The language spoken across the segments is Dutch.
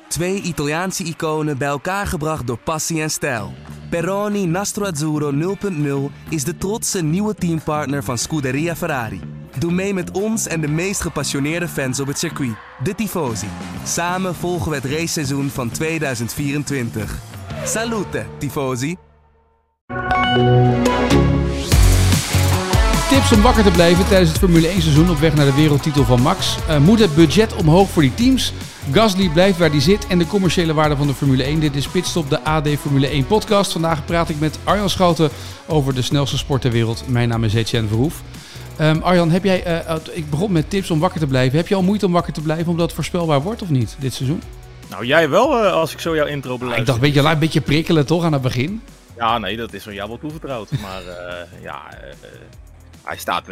Twee Italiaanse iconen bij elkaar gebracht door passie en stijl. Peroni Nastro Azzurro 0.0 is de trotse nieuwe teampartner van Scuderia Ferrari. Doe mee met ons en de meest gepassioneerde fans op het circuit, de Tifosi. Samen volgen we het raceseizoen van 2024. Salute, Tifosi! Tips om wakker te blijven tijdens het Formule 1 seizoen op weg naar de wereldtitel van Max. Moet het budget omhoog voor die teams? Gasly blijft waar hij zit en de commerciële waarde van de Formule 1. Dit is Pitstop, de AD Formule 1 podcast. Vandaag praat ik met Arjan Schouten over de snelste sport ter wereld. Mijn naam is Etienne Verhoef. Arjan, heb jij, ik begon met tips om wakker te blijven. Heb je al moeite om wakker te blijven omdat het voorspelbaar wordt of niet dit seizoen? Nou, jij wel als ik zo jouw intro beluister. Ik dacht een beetje prikkelen toch aan het begin? Ja, nee, dat is van jou wel toevertrouwd. Maar hij staat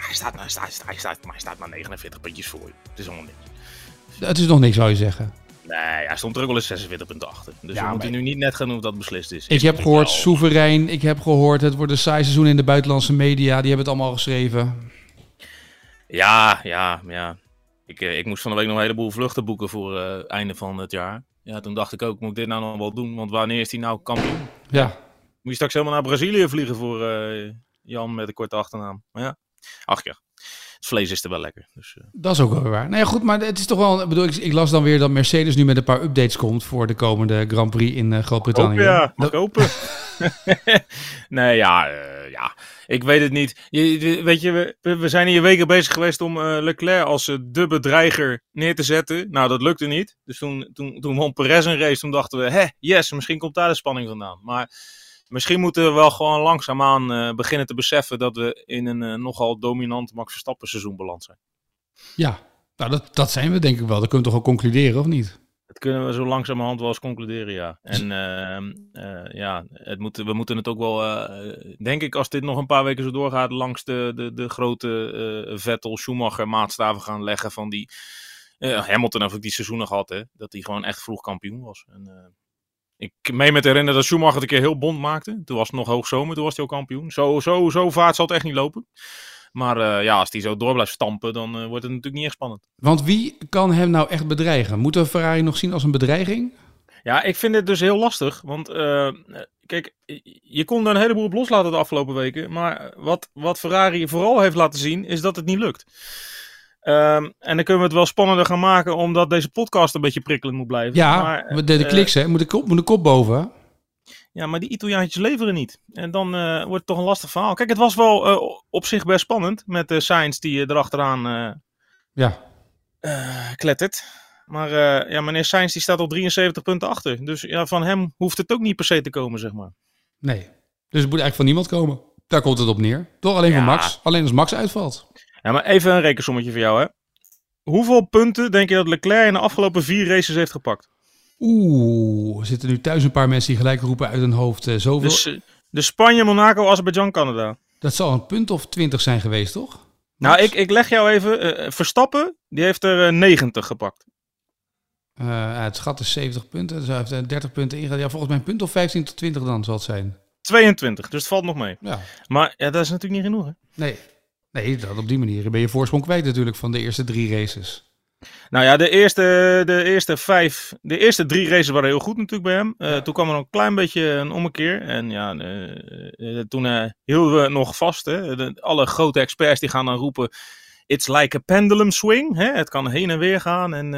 maar 49 puntjes voor je. Het is allemaal niks. Het is nog niks, zou je zeggen. Nee, hij stond er ook wel eens 46 punten achter. Dus we moeten nu niet net gaan doen dat het beslist is. Ik heb gehoord soeverein. Ik heb gehoord het wordt een saai seizoen in de buitenlandse media. Die hebben het allemaal geschreven. Ja. Ik moest van de week nog een heleboel vluchten boeken voor het einde van het jaar. Ja, toen dacht ik ook, moet ik dit nou nog wel doen? Want wanneer is hij nou kampioen? Ja. Moet je straks helemaal naar Brazilië vliegen voor Jan met een korte achternaam. Maar ja, ach ja. Het vlees is er wel lekker. Dus, Dat is ook wel waar. Nou ja, goed, maar het is toch wel... Ik las dan weer dat Mercedes nu met een paar updates komt voor de komende Grand Prix in Groot-Brittannië. Mag hopen. Nee, ja. Ik weet het niet. Weet je, we zijn hier weken bezig geweest om Leclerc als de bedreiger neer te zetten. Nou, dat lukte niet. Dus toen won Perez een race, toen dachten we, yes, misschien komt daar de spanning vandaan. Maar misschien moeten we wel gewoon langzaamaan beginnen te beseffen dat we in een nogal dominant Max Verstappen seizoen beland zijn. Ja, nou dat zijn we denk ik wel. Dat kunnen we toch wel concluderen, of niet? Dat kunnen we zo langzamerhand wel eens concluderen, ja. En we moeten het ook wel, denk ik, als dit nog een paar weken zo doorgaat, langs de grote Vettel-Schumacher maatstaven gaan leggen van die Hamilton heeft ook die seizoenen gehad, hè. Dat hij gewoon echt vroeg kampioen was. En, ik meen me te herinneren dat Schumacher het een keer heel bont maakte. Toen was het nog hoogzomer, toen was hij ook kampioen. Zo vaart zal het echt niet lopen. Maar als hij zo door blijft stampen, dan wordt het natuurlijk niet echt spannend. Want wie kan hem nou echt bedreigen? Moeten we Ferrari nog zien als een bedreiging? Ja, ik vind het dus heel lastig. Want kijk, je kon er een heleboel op loslaten de afgelopen weken. Maar wat Ferrari vooral heeft laten zien, is dat het niet lukt. En dan kunnen we het wel spannender gaan maken, omdat deze podcast een beetje prikkelend moet blijven. Ja, maar, de kliks, hè? Moet de kop boven. Ja, maar die Italiaantjes leveren niet. En dan wordt het toch een lastig verhaal. Kijk, het was wel op zich best spannend met Sainz die erachteraan klettert. Maar meneer Sainz die staat op 73 punten achter. Dus ja, van hem hoeft het ook niet per se te komen, zeg maar. Nee, dus het moet eigenlijk van niemand komen. Daar komt het op neer. Toch alleen van Max. Alleen als Max uitvalt. Ja, maar even een rekensommetje voor jou, hè. Hoeveel punten denk je dat Leclerc in de afgelopen 4 races heeft gepakt? Er zitten nu thuis een paar mensen die gelijk roepen uit hun hoofd. Zoveel. Dus de Spanje, Monaco, Azerbeidzjan, Canada. Dat zal een punt of 20 zijn geweest, toch? Nou, ik leg jou even. Verstappen, die heeft er 90 gepakt. Het schat is 70 punten. Dus hij heeft 30 punten ingehaald. Ja, volgens mij een punt of 15 tot 20 dan zal het zijn. 22, dus het valt nog mee. Ja. Maar ja, dat is natuurlijk niet genoeg, hè? Nee, dat op die manier ben je voorsprong kwijt natuurlijk van de eerste 3 races. Nou ja, de eerste 3 races waren heel goed natuurlijk bij hem. Toen kwam er een klein beetje een ommekeer. En ja, toen hielden we nog vast. Hè. Alle grote experts die gaan dan roepen, it's like a pendulum swing. Hè. Het kan heen en weer gaan. En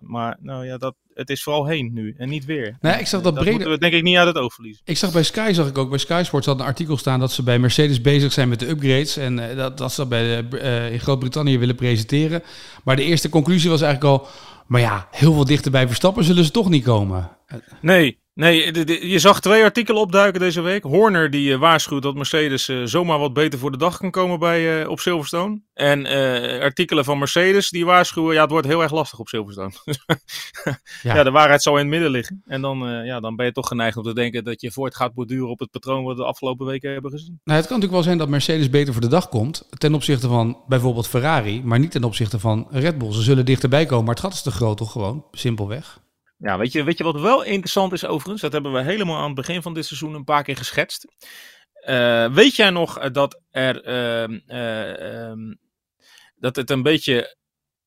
het is vooral heen nu en niet weer. Nee, ik zag dat moeten we denk ik niet uit het oog verliezen. Ik zag bij Sky Sports had een artikel staan dat ze bij Mercedes bezig zijn met de upgrades. En dat ze dat in Groot-Brittannië willen presenteren. Maar de eerste conclusie was eigenlijk al, maar ja, heel veel dichter bij Verstappen zullen ze toch niet komen. Nee, je zag 2 artikelen opduiken deze week. Horner die waarschuwt dat Mercedes zomaar wat beter voor de dag kan komen op Silverstone. En artikelen van Mercedes die waarschuwen, ja, het wordt heel erg lastig op Silverstone. Ja, de waarheid zal in het midden liggen. En dan ben je toch geneigd om te denken dat je voort gaat borduren op het patroon wat we de afgelopen weken hebben gezien. Nou, het kan natuurlijk wel zijn dat Mercedes beter voor de dag komt ten opzichte van bijvoorbeeld Ferrari, maar niet ten opzichte van Red Bull. Ze zullen dichterbij komen, maar het gat is te groot toch gewoon, simpelweg. Ja, weet je wat wel interessant is overigens? Dat hebben we helemaal aan het begin van dit seizoen een paar keer geschetst. Weet jij nog dat dat het een beetje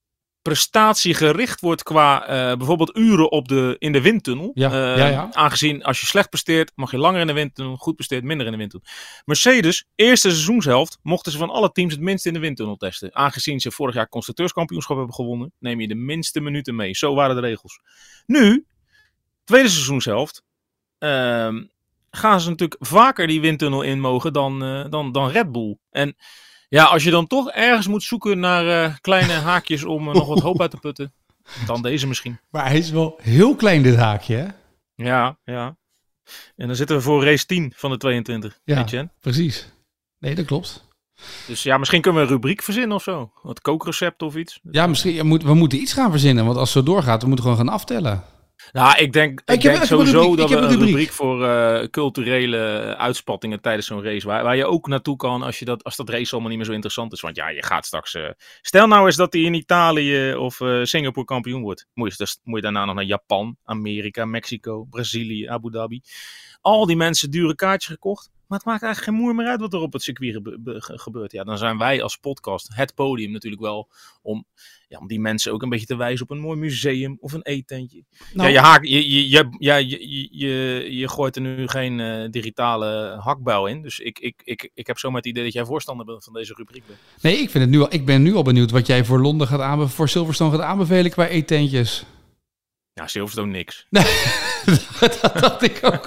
prestatiegericht wordt qua bijvoorbeeld uren in de windtunnel. Ja. Aangezien als je slecht presteert, mag je langer in de windtunnel, goed presteert, minder in de windtunnel. Mercedes, eerste seizoenshelft, mochten ze van alle teams het minst in de windtunnel testen. Aangezien ze vorig jaar constructeurskampioenschap hebben gewonnen, neem je de minste minuten mee. Zo waren de regels. Nu, tweede seizoenshelft, gaan ze natuurlijk vaker die windtunnel in mogen dan Red Bull. En ja, als je dan toch ergens moet zoeken naar kleine haakjes om nog wat hoop uit te putten, dan deze misschien. Maar hij is wel heel klein, dit haakje, hè? Ja. En dan zitten we voor race 10 van de 22. Ja, Etienne. precies. Nee, dat klopt. Dus ja, misschien kunnen we een rubriek verzinnen of zo. Wat kookracept of iets. Ja, misschien. We moeten iets gaan verzinnen, want als het zo doorgaat, we moeten gewoon gaan aftellen. Nou, ik denk sowieso dat we een rubriek voor culturele uitspattingen tijdens zo'n race, waar je ook naartoe kan als dat race allemaal niet meer zo interessant is. Want ja, je gaat straks... stel nou eens dat hij in Italië of Singapore kampioen wordt. Moet je daarna nog naar Japan, Amerika, Mexico, Brazilië, Abu Dhabi. Al die mensen dure kaartjes gekocht. Maar het maakt eigenlijk geen moer meer uit wat er op het circuit gebeurt. Ja, dan zijn wij als podcast het podium natuurlijk wel om die mensen ook een beetje te wijzen op een mooi museum of een eetentje. Nou, je gooit er nu geen digitale hakbouw in. Dus ik heb zomaar het idee dat jij voorstander bent van deze rubriek bent. Nee, ik ben nu al benieuwd wat jij voor Londen voor Silverstone gaat aanbevelen qua eetentjes. Ja, Silverstone niks. Nee, dat dacht ik ook.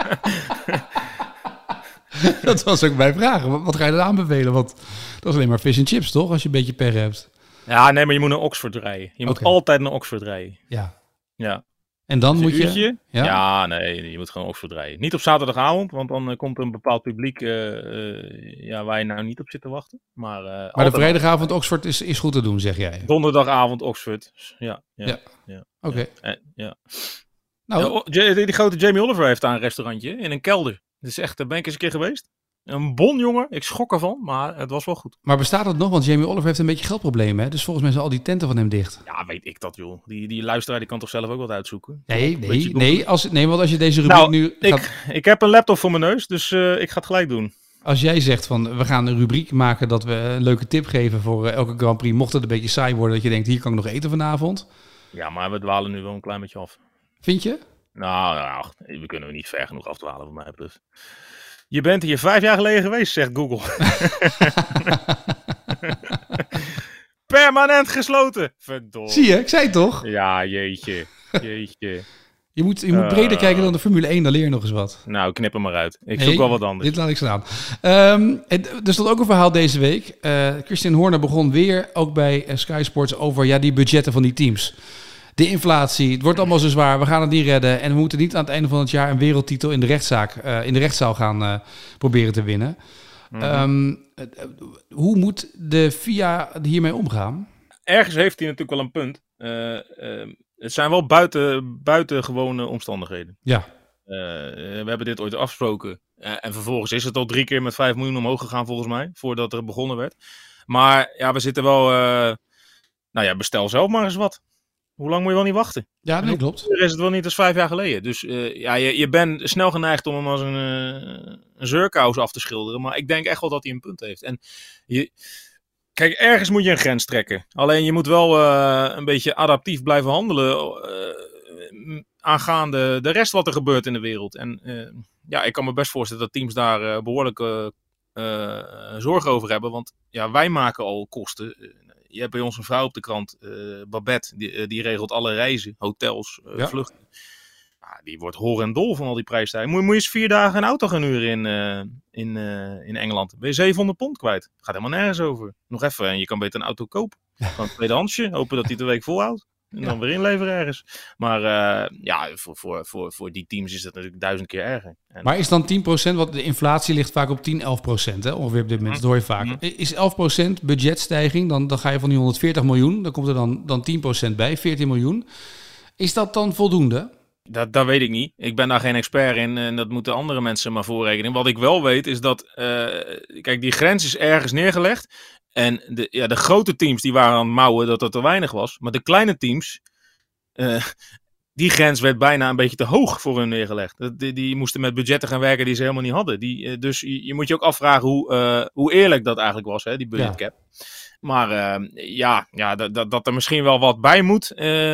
Dat was ook mijn vraag. Wat ga je dan aanbevelen? Want dat is alleen maar fish and chips, toch? Als je een beetje pech hebt. Ja, nee, maar je moet naar Oxford rijden. Je moet altijd naar Oxford rijden. Ja. En dan moet je... Uurtje? Ja, nee, je moet gewoon Oxford rijden. Niet op zaterdagavond, want dan komt er een bepaald publiek waar je nou niet op zit te wachten. Maar de vrijdagavond Oxford is goed te doen, zeg jij? Donderdagavond Oxford. Ja. Oké. Ja. Nou, die grote Jamie Oliver heeft daar een restaurantje in een kelder. Het is echt, daar ben ik eens een keer geweest. Een bon, jongen. Ik schrok ervan, maar het was wel goed. Maar bestaat het nog? Want Jamie Oliver heeft een beetje geldproblemen, hè? Dus volgens mij zijn al die tenten van hem dicht. Ja, weet ik dat, joh. Die luisteraar die kan toch zelf ook wat uitzoeken? Nee, want als je deze rubriek nu gaat... Ik heb een laptop voor mijn neus, dus ik ga het gelijk doen. Als jij zegt van, we gaan een rubriek maken dat we een leuke tip geven voor elke Grand Prix. Mocht het een beetje saai worden, dat je denkt, hier kan ik nog eten vanavond. Ja, maar we dwalen nu wel een klein beetje af. Vind je? Nou, we kunnen niet ver genoeg afdwalen voor mij betreft. Je bent hier 5 jaar geleden geweest, zegt Google. Permanent gesloten. Verdomme. Zie je, ik zei het toch? Ja, jeetje. Je moet breder kijken dan de Formule 1, dan leer je nog eens wat. Nou, knip hem maar uit. Ik zoek wel wat anders. Dit laat ik staan. Er stond ook een verhaal deze week. Christian Horner begon weer, ook bij Sky Sports, over die budgetten van die teams. De inflatie, het wordt allemaal zo zwaar, we gaan het niet redden. En we moeten niet aan het einde van het jaar een wereldtitel in de rechtszaal gaan proberen te winnen. Mm-hmm. Hoe moet de FIA hiermee omgaan? Ergens heeft hij natuurlijk wel een punt. Het zijn wel buitengewone omstandigheden. Ja. We hebben dit ooit afgesproken. En vervolgens is het al 3 keer met 5 miljoen omhoog gegaan volgens mij. Voordat er begonnen werd. Maar ja, we zitten wel... bestel zelf maar eens wat. Hoe lang moet je wel niet wachten? Ja, dat klopt. Er is het wel niet als 5 jaar geleden. Dus je bent snel geneigd om hem als een zeurkous af te schilderen. Maar ik denk echt wel dat hij een punt heeft. En kijk, ergens moet je een grens trekken. Alleen je moet wel een beetje adaptief blijven handelen aangaande de rest wat er gebeurt in de wereld. En ik kan me best voorstellen dat teams daar behoorlijke zorgen over hebben. Want wij maken al kosten. Je hebt bij ons een vrouw op de krant, Babette, die regelt alle reizen, hotels, vluchten. Die wordt hoor en dol van al die prijsstijgingen. Moet je eens 4 dagen een auto gaan huren in Engeland. Ben je £700 kwijt. Gaat helemaal nergens over. Nog even en je kan beter een auto kopen. Gewoon een tweedehandsje, hopen dat hij de week volhoudt. En dan weer inleveren ergens. Maar voor die teams is dat natuurlijk 1000 keer erger. Maar is dan 10%, want de inflatie ligt vaak op 10-11%, hè? Ongeveer op dit moment, dat hoor je vaak. Is 11% budgetstijging, dan ga je van die 140 miljoen, dan komt er dan 10% bij, 14 miljoen. Is dat dan voldoende? Dat weet ik niet. Ik ben daar geen expert in en dat moeten andere mensen maar voorrekenen. Wat ik wel weet is dat, kijk, die grens is ergens neergelegd. En de grote teams die waren aan het mouwen dat er te weinig was. Maar de kleine teams, die grens werd bijna een beetje te hoog voor hun neergelegd. Die moesten met budgetten gaan werken die ze helemaal niet hadden. Dus je moet je ook afvragen hoe eerlijk dat eigenlijk was, hè, die budgetcap. Maar dat er misschien wel wat bij moet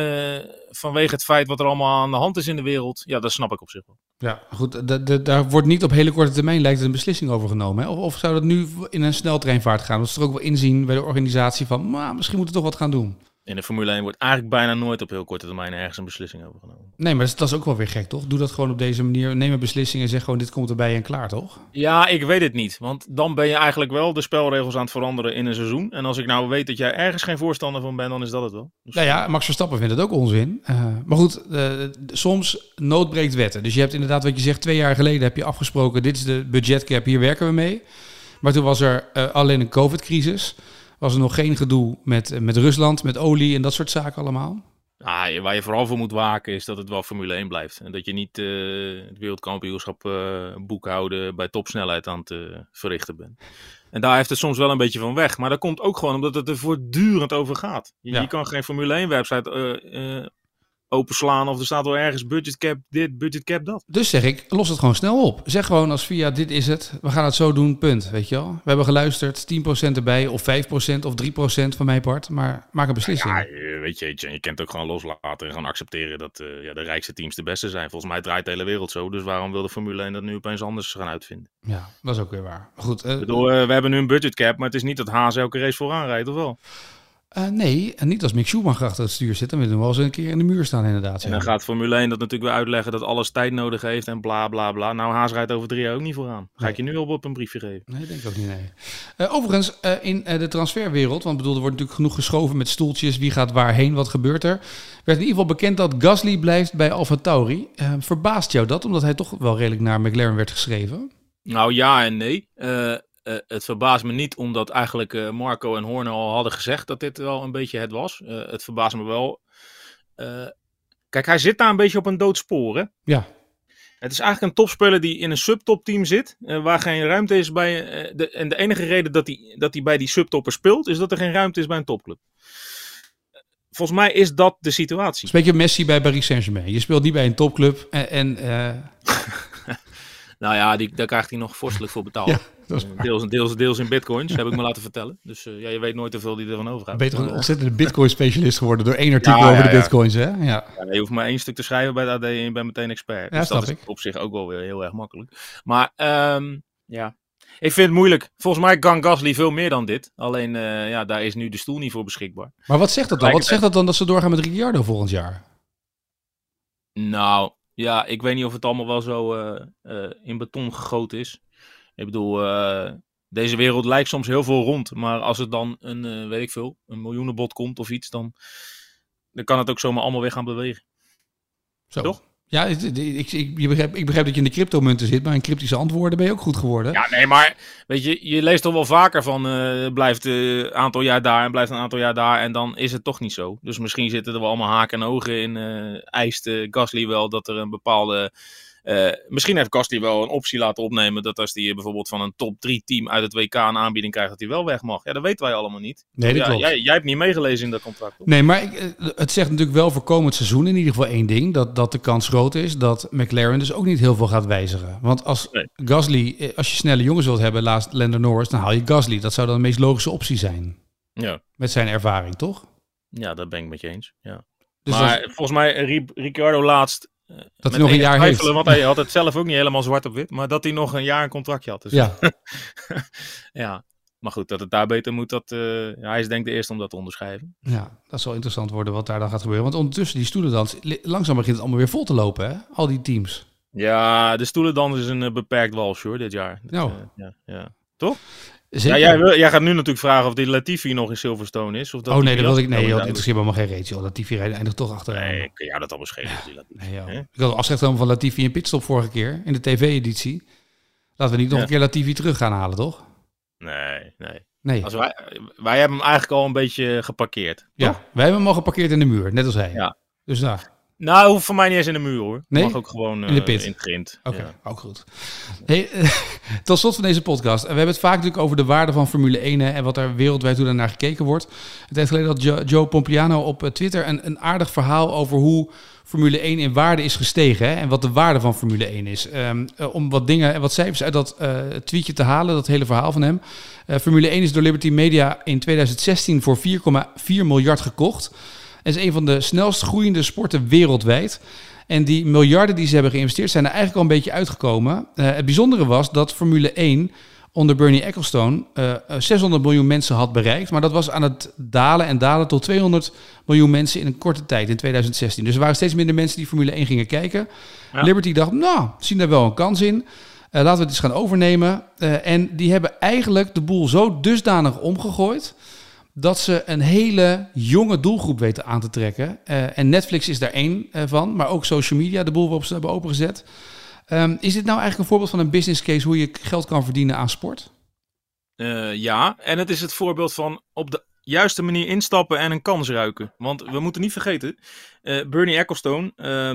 vanwege het feit wat er allemaal aan de hand is in de wereld. Ja, dat snap ik op zich wel. Ja, goed. Daar wordt niet op hele korte termijn lijkt het een beslissing over genomen. Hè? Of zou dat nu in een sneltreinvaart gaan? Dat ze er ook wel inzien bij de organisatie van, misschien moeten we toch wat gaan doen. In de Formule 1 wordt eigenlijk bijna nooit op heel korte termijn ergens een beslissing over genomen. Nee, maar dat is ook wel weer gek, toch? Doe dat gewoon op deze manier. Neem een beslissing en zeg gewoon, dit komt erbij en klaar, toch? Ja, ik weet het niet. Want dan ben je eigenlijk wel de spelregels aan het veranderen in een seizoen. En als ik nou weet dat jij ergens geen voorstander van bent, dan is dat het wel. Dus... Nou ja, Max Verstappen vindt het ook onzin. Maar goed, soms nood breekt wetten. Dus je hebt inderdaad wat je zegt, 2 jaar geleden heb je afgesproken, dit is de budgetcap, hier werken we mee. Maar toen was er alleen een COVID-crisis. Was er nog geen gedoe met Rusland, met olie en dat soort zaken allemaal? Nou, waar je vooral voor moet waken is dat het wel Formule 1 blijft. En dat je niet het wereldkampioenschap boekhouden bij topsnelheid aan het verrichten bent. En daar heeft het soms wel een beetje van weg. Maar dat komt ook gewoon omdat het er voortdurend over gaat. Je kan geen Formule 1 website openslaan of er staat wel ergens budgetcap dit, budgetcap dat. Dus zeg ik, los het gewoon snel op. Zeg gewoon als VIA, dit is het. We gaan het zo doen, punt. Weet je wel? We hebben geluisterd, 10% erbij of 5% of 3% van mijn part. Maar maak een beslissing. Ja, weet je kent het ook gewoon loslaten en gewoon accepteren dat de rijkste teams de beste zijn. Volgens mij draait de hele wereld zo. Dus waarom wil de Formule 1 dat nu opeens anders gaan uitvinden? Ja, dat is ook weer waar. Goed. Ik bedoel, we hebben nu een budgetcap, maar het is niet dat Haas elke race vooraan rijdt, of wel? Nee, en niet als Mick Schumacher achter het stuur zit. Dan willen we wel eens een keer in de muur staan inderdaad. En dan gaat Formule 1 dat natuurlijk weer uitleggen dat alles tijd nodig heeft en bla bla bla. Nou, Haas rijdt over 3 jaar ook niet vooraan. Ga ik je nu op een briefje geven? Nee, denk ik ook niet, nee. Overigens, in de transferwereld, want bedoel, er wordt natuurlijk genoeg geschoven met stoeltjes. Wie gaat waarheen? Wat gebeurt er? Werd in ieder geval bekend dat Gasly blijft bij AlphaTauri. Verbaast jou dat? Omdat hij toch wel redelijk naar McLaren werd geschreven? Nou ja en nee. Het verbaast me niet, omdat eigenlijk Marco en Horner al hadden gezegd dat dit wel een beetje het was. Het verbaast me wel. Kijk, hij zit daar een beetje op een dood spoor, hè? Ja. Het is eigenlijk een topspeler die in een subtopteam zit, waar geen ruimte is bij... en de enige reden dat hij bij die subtopper speelt, is dat er geen ruimte is bij een topclub. Volgens mij is dat de situatie. Een beetje Messi bij Paris Saint-Germain. Je speelt niet bij een topclub Nou ja, daar krijgt hij nog vorstelijk voor betaald. Ja, deels in bitcoins, heb ik me laten vertellen. Dus je weet nooit hoeveel die ervan overgaat. Beter een ontzettende bitcoin-specialist geworden door 1 artikel over de bitcoins, hè? Ja. Ja, je hoeft maar 1 stuk te schrijven bij de AD en je bent meteen expert. Ja, dus dat is op zich ook wel weer heel erg makkelijk. Maar ik vind het moeilijk. Volgens mij kan Gasly veel meer dan dit. Alleen, daar is nu de stoel niet voor beschikbaar. Maar wat zegt dat dan? Wat zegt dat dan dat ze doorgaan met Ricciardo volgend jaar? Nou... Ja, ik weet niet of het allemaal wel zo in beton gegoten is. Ik bedoel, deze wereld lijkt soms heel veel rond. Maar als het dan een miljoenenbod komt of iets, dan kan het ook zomaar allemaal weer gaan bewegen. Zo. Toch? Ja, ik begrijp dat je in de cryptomunten zit, maar in cryptische antwoorden ben je ook goed geworden. Ja, nee, maar weet je leest toch wel vaker van blijft een aantal jaar daar en blijft een aantal jaar daar en dan is het toch niet zo. Dus misschien zitten er wel allemaal haken en ogen in. Eist Gasly wel dat er een bepaalde... misschien heeft Gasly wel een optie laten opnemen dat als hij bijvoorbeeld van een top 3 team uit het WK een aanbieding krijgt, dat hij wel weg mag. Ja, dat weten wij allemaal niet. Nee, dat klopt. Jij hebt niet meegelezen in dat contract. Toch? Nee, maar het zegt natuurlijk wel voor komend seizoen in ieder geval 1 ding, dat de kans groot is dat McLaren dus ook niet heel veel gaat wijzigen. Want als Gasly, als je snelle jongens wilt hebben, laatst Lando Norris, dan haal je Gasly. Dat zou dan de meest logische optie zijn. Ja. Met zijn ervaring, toch? Ja, dat ben ik met je eens. Ja. Dus maar volgens mij Ricciardo laatst... Dat hij nog een jaar heeft. Want hij had het zelf ook niet helemaal zwart op wit. Maar dat hij nog een jaar een contractje had. Dus ja. Ja. Maar goed, dat het daar beter moet. Hij is denk ik de eerste om dat te onderschrijven. Ja, dat zal interessant worden wat daar dan gaat gebeuren. Want ondertussen die stoelendans, langzaam begint het allemaal weer vol te lopen, hè? Al die teams. Ja, de stoelendans is een beperkt wals, hoor, dit jaar. Nou. Ja. Toch? Zeker. Ja, jij gaat nu natuurlijk vragen of die Latifi nog in Silverstone is. Of dat dat wil ik. Nee, dat interesseert me helemaal geen reet, joh. Latifi eindigt toch achteraan. Nee, kun jij dat allemaal schelen? Nee, ik had afzegd van Latifi in pitstop vorige keer, in de tv-editie. Laten we niet nog een keer Latifi terug gaan halen, toch? Nee. Als wij hebben hem eigenlijk al een beetje geparkeerd. Ja, toch? wij hebben hem al geparkeerd in de muur, net als hij. Ja. Dus daar. Nou, hoeft voor mij niet eens in de muur, hoor. Nee? Mag ook gewoon in de pit. In het grind. Oké, ook goed. Hey, tot slot van deze podcast. We hebben het vaak natuurlijk over de waarde van Formule 1 en wat er wereldwijd hoe naar gekeken wordt. Een tijd geleden had Joe Pompliano op Twitter een aardig verhaal over hoe Formule 1 in waarde is gestegen. Hè, en wat de waarde van Formule 1 is. Om wat dingen en wat cijfers uit dat tweetje te halen, dat hele verhaal van hem. Formule 1 is door Liberty Media in 2016 voor 4,4 miljard gekocht. En is een van de snelst groeiende sporten wereldwijd. En die miljarden die ze hebben geïnvesteerd zijn er eigenlijk al een beetje uitgekomen. Het bijzondere was dat Formule 1 onder Bernie Ecclestone 600 miljoen mensen had bereikt. Maar dat was aan het dalen tot 200 miljoen mensen in een korte tijd in 2016. Dus er waren steeds minder mensen die Formule 1 gingen kijken. Ja. Liberty dacht, zien daar wel een kans in. Laten we het eens gaan overnemen. En die hebben eigenlijk de boel zo dusdanig omgegooid dat ze een hele jonge doelgroep weten aan te trekken. En Netflix is daar één van, maar ook social media, de boel waarop ze hebben opengezet. Is dit nou eigenlijk een voorbeeld van een business case hoe je geld kan verdienen aan sport? Ja, en het is het voorbeeld van op de juiste manier instappen en een kans ruiken. Want we moeten niet vergeten, Bernie Ecclestone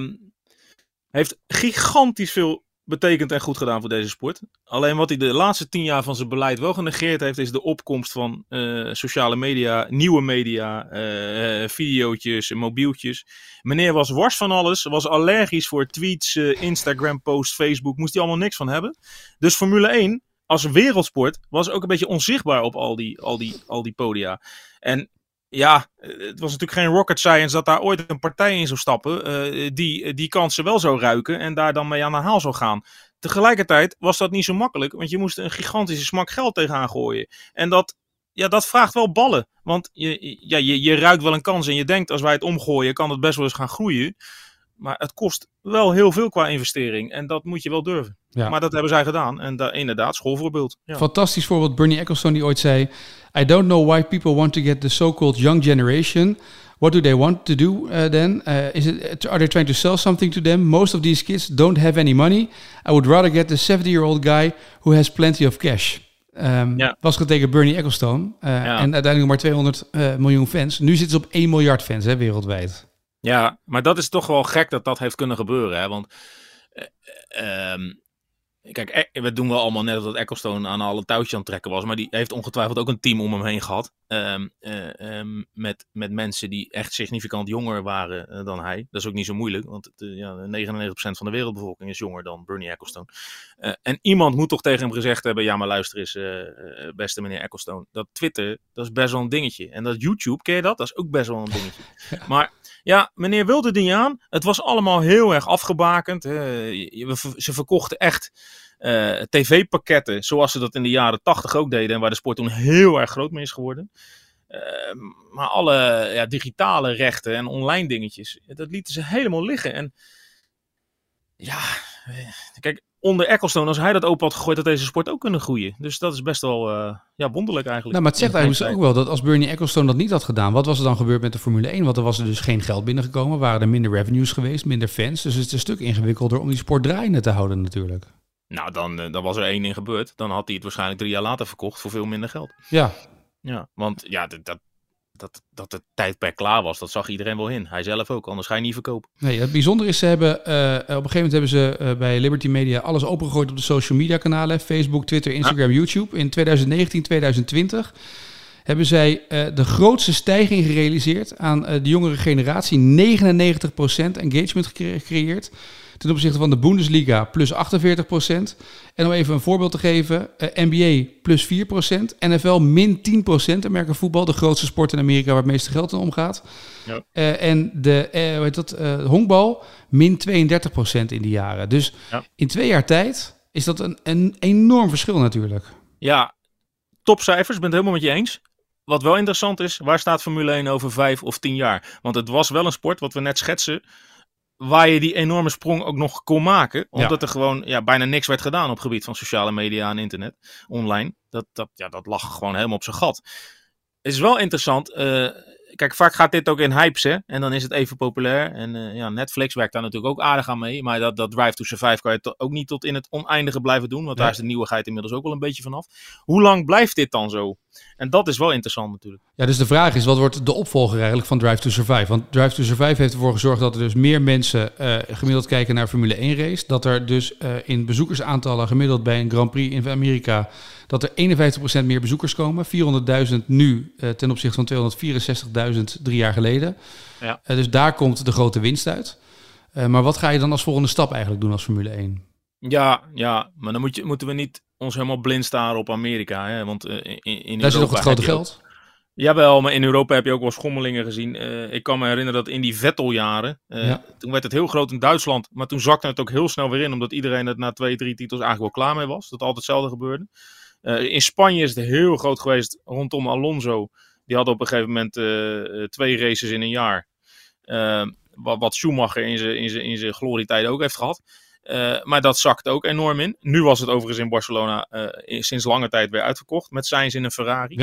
heeft gigantisch veel betekend en goed gedaan voor deze sport. Alleen wat hij de laatste 10 jaar van zijn beleid wel genegeerd heeft, is de opkomst van sociale media, nieuwe media, videootjes, mobieltjes. Meneer was wars van alles, was allergisch voor tweets, Instagram posts, Facebook, moest hij allemaal niks van hebben. Dus Formule 1 als wereldsport was ook een beetje onzichtbaar op al die podia. En ja, het was natuurlijk geen rocket science dat daar ooit een partij in zou stappen die kansen wel zou ruiken en daar dan mee aan de haal zou gaan. Tegelijkertijd was dat niet zo makkelijk, want je moest een gigantische smak geld tegenaan gooien. En dat vraagt wel ballen, want je ruikt wel een kans en je denkt als wij het omgooien kan het best wel eens gaan groeien. Maar het kost wel heel veel qua investering en dat moet je wel durven. Ja. Maar dat hebben zij gedaan en inderdaad, schoolvoorbeeld. Ja. Fantastisch voorbeeld, Bernie Ecclestone die ooit zei, I don't know why people want to get the so-called young generation. What do they want to do then? Are they trying to sell something to them? Most of these kids don't have any money. I would rather get the 70-year-old guy who has plenty of cash. Was getekend Bernie Ecclestone. En uiteindelijk maar 200 miljoen fans. Nu zitten ze op 1 miljard fans wereldwijd. Ja, maar dat is toch wel gek dat heeft kunnen gebeuren. Hè? Want kijk, we doen wel allemaal net dat Ecclestone aan alle touwtjes aan het trekken was. Maar die heeft ongetwijfeld ook een team om hem heen gehad. Met mensen die echt significant jonger waren dan hij. Dat is ook niet zo moeilijk. Want 99% van de wereldbevolking is jonger dan Bernie Ecclestone. En iemand moet toch tegen hem gezegd hebben. Ja, maar luister eens, beste meneer Ecclestone. Dat Twitter, dat is best wel een dingetje. En dat YouTube, ken je dat? Dat is ook best wel een dingetje. Maar ja, meneer wilde het niet aan. Het was allemaal heel erg afgebakend. Ze verkochten echt tv-pakketten zoals ze dat in de jaren 80 ook deden. En waar de sport toen heel erg groot mee is geworden. Maar alle digitale rechten en online dingetjes, dat lieten ze helemaal liggen. En ja, kijk, onder Ecclestone, als hij dat open had gegooid, had deze sport ook kunnen groeien. Dus dat is best wel wonderlijk eigenlijk. Nou, maar het zegt eigenlijk ook wel dat als Bernie Ecclestone dat niet had gedaan, wat was er dan gebeurd met de Formule 1? Want er was er dus geen geld binnengekomen, waren er minder revenues geweest, minder fans. Dus het is een stuk ingewikkelder om die sport draaiende te houden natuurlijk. Nou, dan was er 1 ding gebeurd. Dan had hij het waarschijnlijk 3 jaar later verkocht voor veel minder geld. Ja, want ja, dat het tijdperk klaar was, dat zag iedereen wel in. Hij zelf ook, anders ga je niet verkopen. Nee, het bijzondere is, ze hebben op een gegeven moment hebben ze bij Liberty Media alles opengegooid op de social media kanalen. Facebook, Twitter, Instagram, YouTube. In 2019, 2020 hebben zij de grootste stijging gerealiseerd aan de jongere generatie. 99% engagement gecreëerd. Ten opzichte van de Bundesliga plus 48%. En om even een voorbeeld te geven. NBA plus 4%. NFL min 10%. Amerika voetbal, de grootste sport in Amerika waar het meeste geld in omgaat. Ja. En de honkbal min 32% in die jaren. Dus in 2 jaar tijd is dat een enorm verschil natuurlijk. Ja, topcijfers, ben het helemaal met je eens. Wat wel interessant is, waar staat Formule 1 over 5 of 10 jaar? Want het was wel een sport, wat we net schetsen, waar je die enorme sprong ook nog kon maken. Omdat er gewoon bijna niks werd gedaan op het gebied van sociale media en internet, online. Dat lag gewoon helemaal op zijn gat. Het is wel interessant. Kijk, vaak gaat dit ook in hypes, hè. En dan is het even populair. En Netflix werkt daar natuurlijk ook aardig aan mee. Maar dat Drive to Survive kan je ook niet tot in het oneindige blijven doen. Want daar is de nieuwigheid inmiddels ook wel een beetje vanaf. Hoe lang blijft dit dan zo? En dat is wel interessant natuurlijk. Ja, dus de vraag is, wat wordt de opvolger eigenlijk van Drive to Survive? Want Drive to Survive heeft ervoor gezorgd dat er dus meer mensen gemiddeld kijken naar Formule 1 race. Dat er dus in bezoekersaantallen gemiddeld bij een Grand Prix in Amerika, dat er 51% meer bezoekers komen. 400.000 nu ten opzichte van 264.000 3 jaar geleden. Ja. Dus daar komt de grote winst uit. Maar wat ga je dan als volgende stap eigenlijk doen als Formule 1? Ja, maar dan moeten we niet ons helemaal blind staren op Amerika. Hè? Want in Daar zit toch het grote geld? Jawel, maar in Europa heb je ook wel schommelingen gezien. Ik kan me herinneren dat in die Vettel-jaren, toen werd het heel groot in Duitsland. Maar toen zakte het ook heel snel weer in, omdat iedereen het na 2-3 titels eigenlijk wel klaar mee was. Dat altijd hetzelfde gebeurde. In Spanje is het heel groot geweest rondom Alonso. Die had op een gegeven moment 2 races in een jaar. Wat Schumacher in zijn glorietijd ook heeft gehad. Maar dat zakt ook enorm in. Nu was het overigens in Barcelona sinds lange tijd weer uitverkocht. Met Sainz in een Ferrari.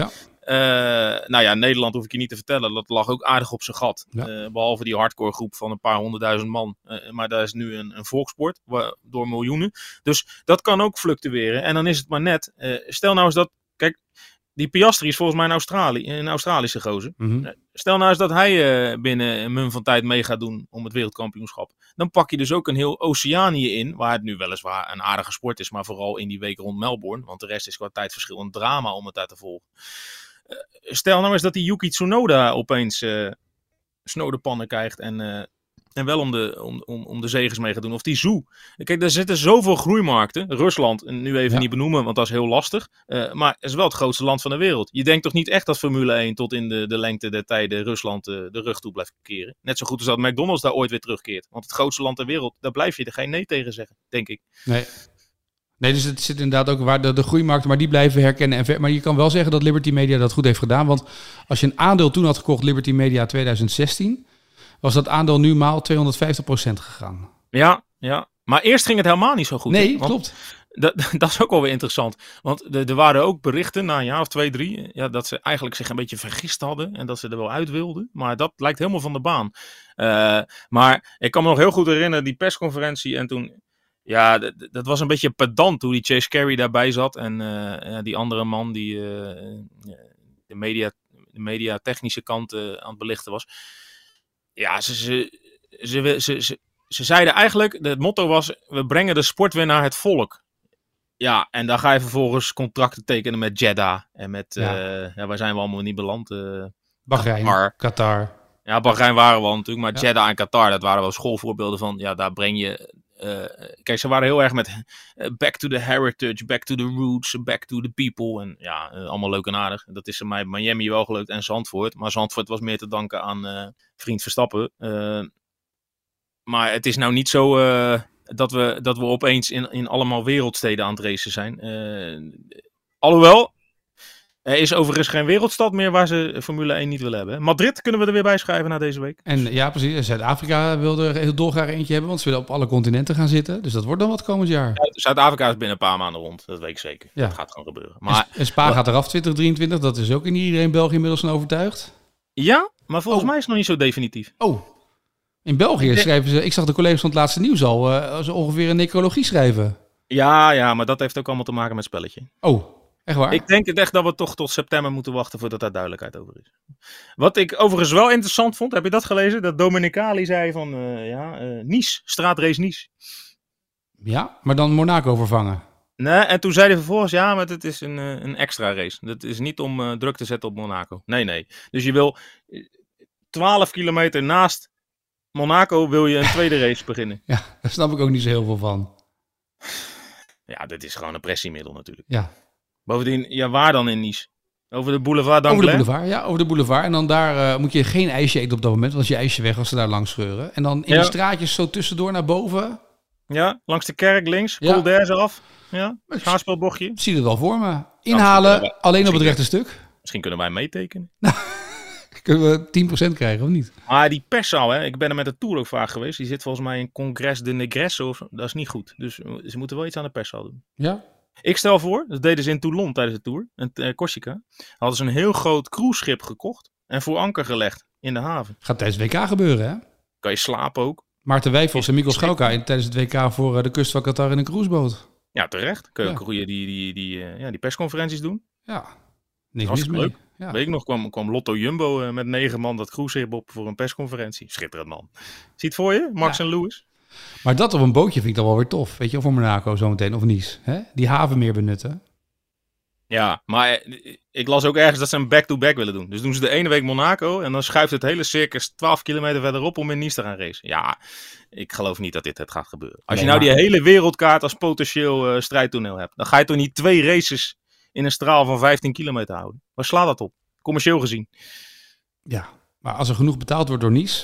Ja. Nederland hoef ik je niet te vertellen. Dat lag ook aardig op zijn gat. Ja. Behalve die hardcore groep van een paar 100.000 man. Maar daar is nu een volkssport door miljoenen. Dus dat kan ook fluctueren. En dan is het maar net. Stel nou eens dat... Kijk, die Piastri is volgens mij een Australische gozer. Mm-hmm. Stel nou eens dat hij binnen een mum van tijd mee gaat doen om het wereldkampioenschap. Dan pak je dus ook een heel Oceanië in, waar het nu weliswaar een aardige sport is, maar vooral in die week rond Melbourne. Want de rest is qua tijdverschil een drama om het daar te volgen. Stel nou eens dat die Yuki Tsunoda opeens snodepannen krijgt en wel om de zegens mee gaat doen. Of die Zhou. Kijk, daar zitten zoveel groeimarkten. Rusland, nu even niet benoemen, want dat is heel lastig. Maar het is wel het grootste land van de wereld. Je denkt toch niet echt dat Formule 1 tot in de lengte der tijden Rusland de rug toe blijft keren. Net zo goed als dat McDonald's daar ooit weer terugkeert. Want het grootste land ter wereld, daar blijf je er geen nee tegen zeggen, denk ik. Nee, dus het zit inderdaad ook waar de groeimarkten, maar die blijven herkennen. Maar je kan wel zeggen dat Liberty Media dat goed heeft gedaan. Want als je een aandeel toen had gekocht, Liberty Media 2016... was dat aandeel nu maal 250% gegaan. Ja. Maar eerst ging het helemaal niet zo goed. Nee, klopt. Dat is ook wel weer interessant. Want er waren ook berichten na een jaar of 2, 3... dat ze eigenlijk zich een beetje vergist hadden. En dat ze er wel uit wilden. Maar dat lijkt helemaal van de baan. Maar ik kan me nog heel goed herinneren, die persconferentie. En toen... Ja, dat was een beetje pedant toen die Chase Carey daarbij zat. En die andere man die de media technische kant aan het belichten was. Ja, ze zeiden eigenlijk, het motto was, we brengen de sport weer naar het volk. Ja, en dan ga je vervolgens contracten tekenen met Jeddah. En met, waar zijn we allemaal niet beland? Bahrein, Qatar. Ja, Bahrein waren we al natuurlijk, maar Jeddah en Qatar, dat waren wel schoolvoorbeelden van, ja, daar breng je... kijk, ze waren heel erg met back to the heritage, back to the roots, back to the people. En ja, allemaal leuk en aardig. Dat is mij Miami wel gelukt en Zandvoort. Maar Zandvoort was meer te danken aan vriend Verstappen. Maar het is nou niet zo dat we opeens in allemaal wereldsteden aan het racen zijn. Alhoewel, er is overigens geen wereldstad meer waar ze Formule 1 niet willen hebben. Madrid kunnen we er weer bij schrijven na deze week. En ja, precies. Zuid-Afrika wilde er heel dolgraag eentje hebben, want ze willen op alle continenten gaan zitten. Dus dat wordt dan wat komend jaar. Ja, Zuid-Afrika is binnen een paar maanden rond. Dat weet ik zeker. Ja. Dat gaat gewoon gebeuren. Maar, en Spa gaat eraf 2023. Dat is ook in iedereen België inmiddels van overtuigd. Ja, maar volgens mij is het nog niet zo definitief. Oh, in België schrijven ze... Ik zag de collega's van het laatste nieuws al zo ongeveer een necrologie schrijven. Ja, maar dat heeft ook allemaal te maken met het spelletje. Oh, echt waar? Ik denk echt dat we toch tot september moeten wachten voordat daar duidelijkheid over is. Wat ik overigens wel interessant vond, heb je dat gelezen? Dat Domenicali zei van, Nice, straatrace Nice. Ja, maar dan Monaco vervangen. Nee, en toen zei hij vervolgens, ja, maar het is een extra race. Dat is niet om druk te zetten op Monaco. Nee. Dus je wil 12 kilometer naast Monaco wil je een tweede race beginnen. Ja, daar snap ik ook niet zo heel veel van. Ja, dit is gewoon een pressiemiddel natuurlijk. Ja. Bovendien, ja, waar dan in Nice? Over de boulevard d'Anglais? Over de boulevard. En dan daar moet je geen ijsje eten op dat moment, want als je ijsje weg als ze daar langs scheuren. En dan in de straatjes zo tussendoor naar boven. Ja, langs de kerk links, Col d'Air af. Ja, schaarspeelbochtje. Zie het wel voor me. Inhalen, alleen op het rechte stuk. Misschien kunnen wij meetekenen. Kunnen we 10% krijgen of niet? Maar die perszaal, hè, ik ben er met de Tour ook vaak geweest. Die zit volgens mij in Congres de Negresso of zo. Dat is niet goed. Dus ze moeten wel iets aan de perszaal doen. Ja? Ik stel voor, dat deden ze in Toulon tijdens de Tour. En Corsica. Hadden ze een heel groot cruiseschip gekocht. En voor anker gelegd in de haven. Gaat tijdens het WK gebeuren, hè? Kan je slapen ook. Maarten Wijfels en Mikkel Schauka tijdens het WK voor de kust van Qatar in een cruiseboot. Ja, terecht. Kun je ook goede die persconferenties doen. Ja, niks mee. Leuk. Ja. Weet ik nog, kwam Lotto Jumbo met 9 man dat cruiseschip op voor een persconferentie. Schitterend, man. Zie het voor je? Max en Lewis. Maar dat op een bootje vind ik dan wel weer tof. Weet je, voor Monaco zometeen of Nice. Hè? Die haven meer benutten. Ja, maar ik las ook ergens dat ze een back-to-back willen doen. Dus doen ze de ene week Monaco en dan schuift het hele circus 12 kilometer verderop om in Nice te gaan racen. Ja, ik geloof niet dat dit het gaat gebeuren. Als je nou die hele wereldkaart als potentieel strijdtoneel hebt, dan ga je toch niet 2 races in een straal van 15 kilometer houden. Waar slaat dat op? Commercieel gezien. Ja, maar als er genoeg betaald wordt door Nice...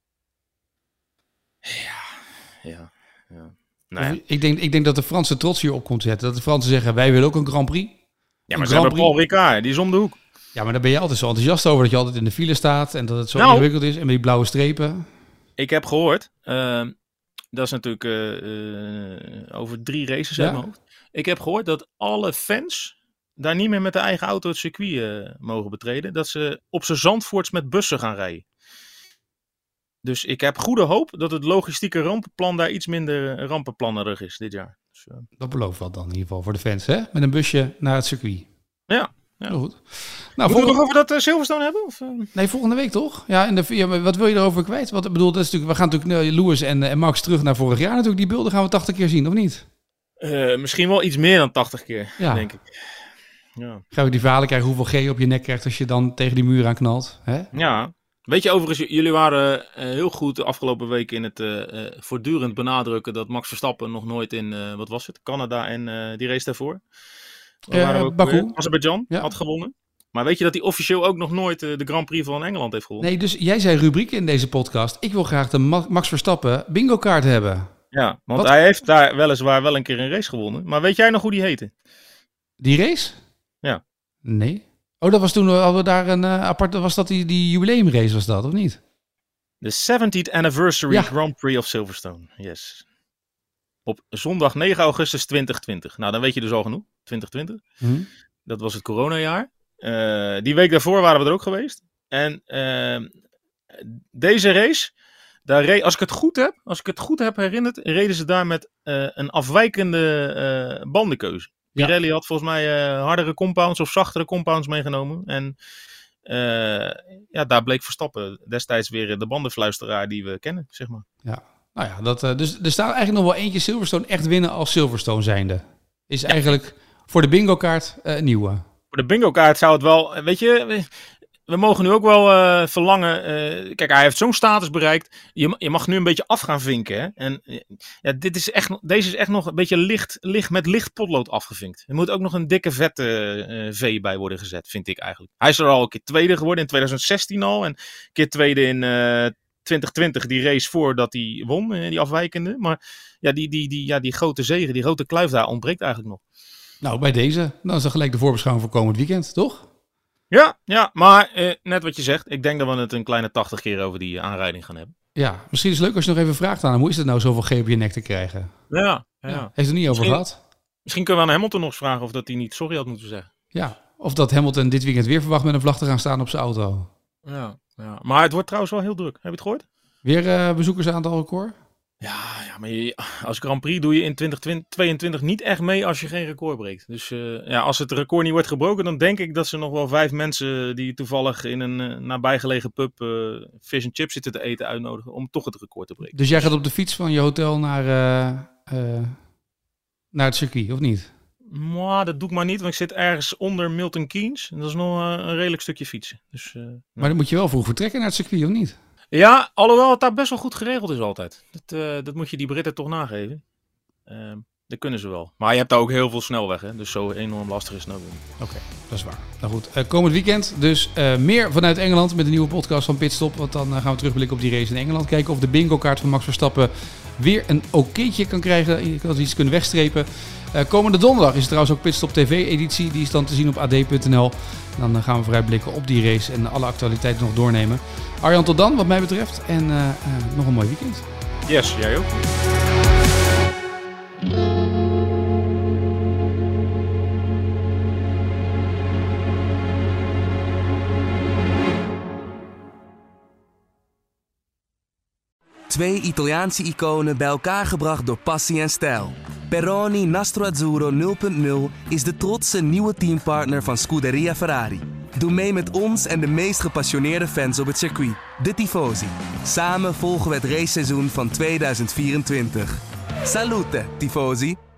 Ja. Nou ja. Ik denk dat de Franse trots hier op komt zetten. Dat de Fransen zeggen, wij willen ook een Grand Prix. Ja, maar ze hebben Paul Ricard, die is om de hoek. Ja, maar daar ben je altijd zo enthousiast over dat je altijd in de file staat en dat het zo ingewikkeld is. En met die blauwe strepen. Ik heb gehoord, dat is natuurlijk over 3 races in mijn hoofd. Ik heb gehoord dat alle fans daar niet meer met de eigen auto het circuit mogen betreden. Dat ze op z'n Zandvoorts met bussen gaan rijden. Dus ik heb goede hoop dat het logistieke rampenplan daar iets minder rampenplannerig is dit jaar. Dus, dat belooft wat dan in ieder geval voor de fans, hè? Met een busje naar het circuit. Ja. Heel goed. Nou, moeten we nog over dat Silverstone hebben? Of? Nee, volgende week toch? Ja, wat wil je erover kwijt? Want ik bedoel, dat is natuurlijk, we gaan natuurlijk Lewis en Max terug naar vorig jaar natuurlijk. Die beelden gaan we 80 keer zien, of niet? Misschien wel iets meer dan 80 keer, denk ik. Ja. Gaan we die verhalen krijgen hoeveel G op je nek krijgt als je dan tegen die muur aan knalt? Hè? Ja. Weet je, overigens, jullie waren heel goed de afgelopen week in het voortdurend benadrukken dat Max Verstappen nog nooit in, Canada en die race daarvoor. Baku. Azerbeidzjan had gewonnen. Maar weet je dat hij officieel ook nog nooit de Grand Prix van Engeland heeft gewonnen? Nee, dus jij zei rubriek in deze podcast. Ik wil graag de Max Verstappen bingo kaart hebben. Ja, want hij heeft daar weliswaar wel een keer een race gewonnen. Maar weet jij nog hoe die heette? Die race? Ja. Nee. Oh, dat was toen hadden we daar een apart. Was dat die jubileumrace, was dat, of niet? De 70th Anniversary Grand Prix of Silverstone. Yes. Op zondag 9 augustus 2020. Nou, dan weet je dus al genoeg. 2020. Dat was het coronajaar. Die week daarvoor waren we er ook geweest. En deze race, als ik het goed heb herinnerd, reden ze daar met een afwijkende bandenkeuze. Pirelli had volgens mij hardere compounds of zachtere compounds meegenomen. En daar bleek Verstappen destijds weer de bandenfluisteraar die we kennen, zeg maar. Ja, nou ja, dus er staat eigenlijk nog wel eentje Silverstone echt winnen als Silverstone zijnde. Is eigenlijk voor de bingo kaart nieuwe. Voor de bingo kaart zou het wel, weet je, we mogen nu ook wel verlangen. Kijk, hij heeft zo'n status bereikt. Je mag nu een beetje af gaan vinken. Hè? En deze is echt nog een beetje licht met licht potlood afgevinkt. Er moet ook nog een dikke vette V bij worden gezet, vind ik eigenlijk. Hij is er al een keer tweede geworden in 2016 al. En een keer tweede in 2020, die race voordat hij won, die afwijkende. Maar ja, die grote zege, die grote kluif daar ontbreekt eigenlijk nog. Nou, bij deze. Dan is dat gelijk de voorbeschouwing voor komend weekend, toch? Ja, maar net wat je zegt. Ik denk dat we het een kleine 80 keer over die aanrijding gaan hebben. Ja, misschien is het leuk als je nog even vraagt aan hem. Hoe is het nou zoveel G op je nek te krijgen? Ja. Heeft er niet over gehad? Misschien kunnen we aan Hamilton nog eens vragen of dat hij niet sorry had moeten zeggen. Ja, of dat Hamilton dit weekend weer verwacht met een vlag te gaan staan op zijn auto. Ja. Maar het wordt trouwens wel heel druk. Heb je het gehoord? Weer bezoekersaantal record? Ja, maar als Grand Prix doe je in 2022 niet echt mee als je geen record breekt. Dus als het record niet wordt gebroken, dan denk ik dat ze nog wel 5 mensen die toevallig in een nabijgelegen pub fish and chips zitten te eten uitnodigen om toch het record te breken. Dus jij gaat op de fiets van je hotel naar het circuit, of niet? Maar dat doe ik maar niet, want ik zit ergens onder Milton Keynes. En dat is nog een redelijk stukje fietsen. Dus, maar dan moet je wel vroeg vertrekken naar het circuit, of niet? Ja, alhoewel het daar best wel goed geregeld is altijd. Dat moet je die Britten toch nageven. Dat kunnen ze wel. Maar je hebt daar ook heel veel snelweg, hè? Dus zo enorm lastig is het ook niet. Oké, dat is waar. Nou goed, komend weekend dus meer vanuit Engeland met een nieuwe podcast van Pitstop. Want dan gaan we terugblikken op die race in Engeland. Kijken of de bingo kaart van Max Verstappen weer een okéetje kan krijgen. Dat we iets kunnen wegstrepen. Komende donderdag is er trouwens ook Pitstop TV-editie. Die is dan te zien op ad.nl. Dan gaan we vooruitblikken op die race en alle actualiteiten nog doornemen. Arjan, tot dan wat mij betreft. En nog een mooi weekend. Yes, jij ook. Twee Italiaanse iconen bij elkaar gebracht door passie en stijl. Peroni Nastro Azzurro 0.0 is de trotse nieuwe teampartner van Scuderia Ferrari. Doe mee met ons en de meest gepassioneerde fans op het circuit, de Tifosi. Samen volgen we het raceseizoen van 2024. Salute, Tifosi!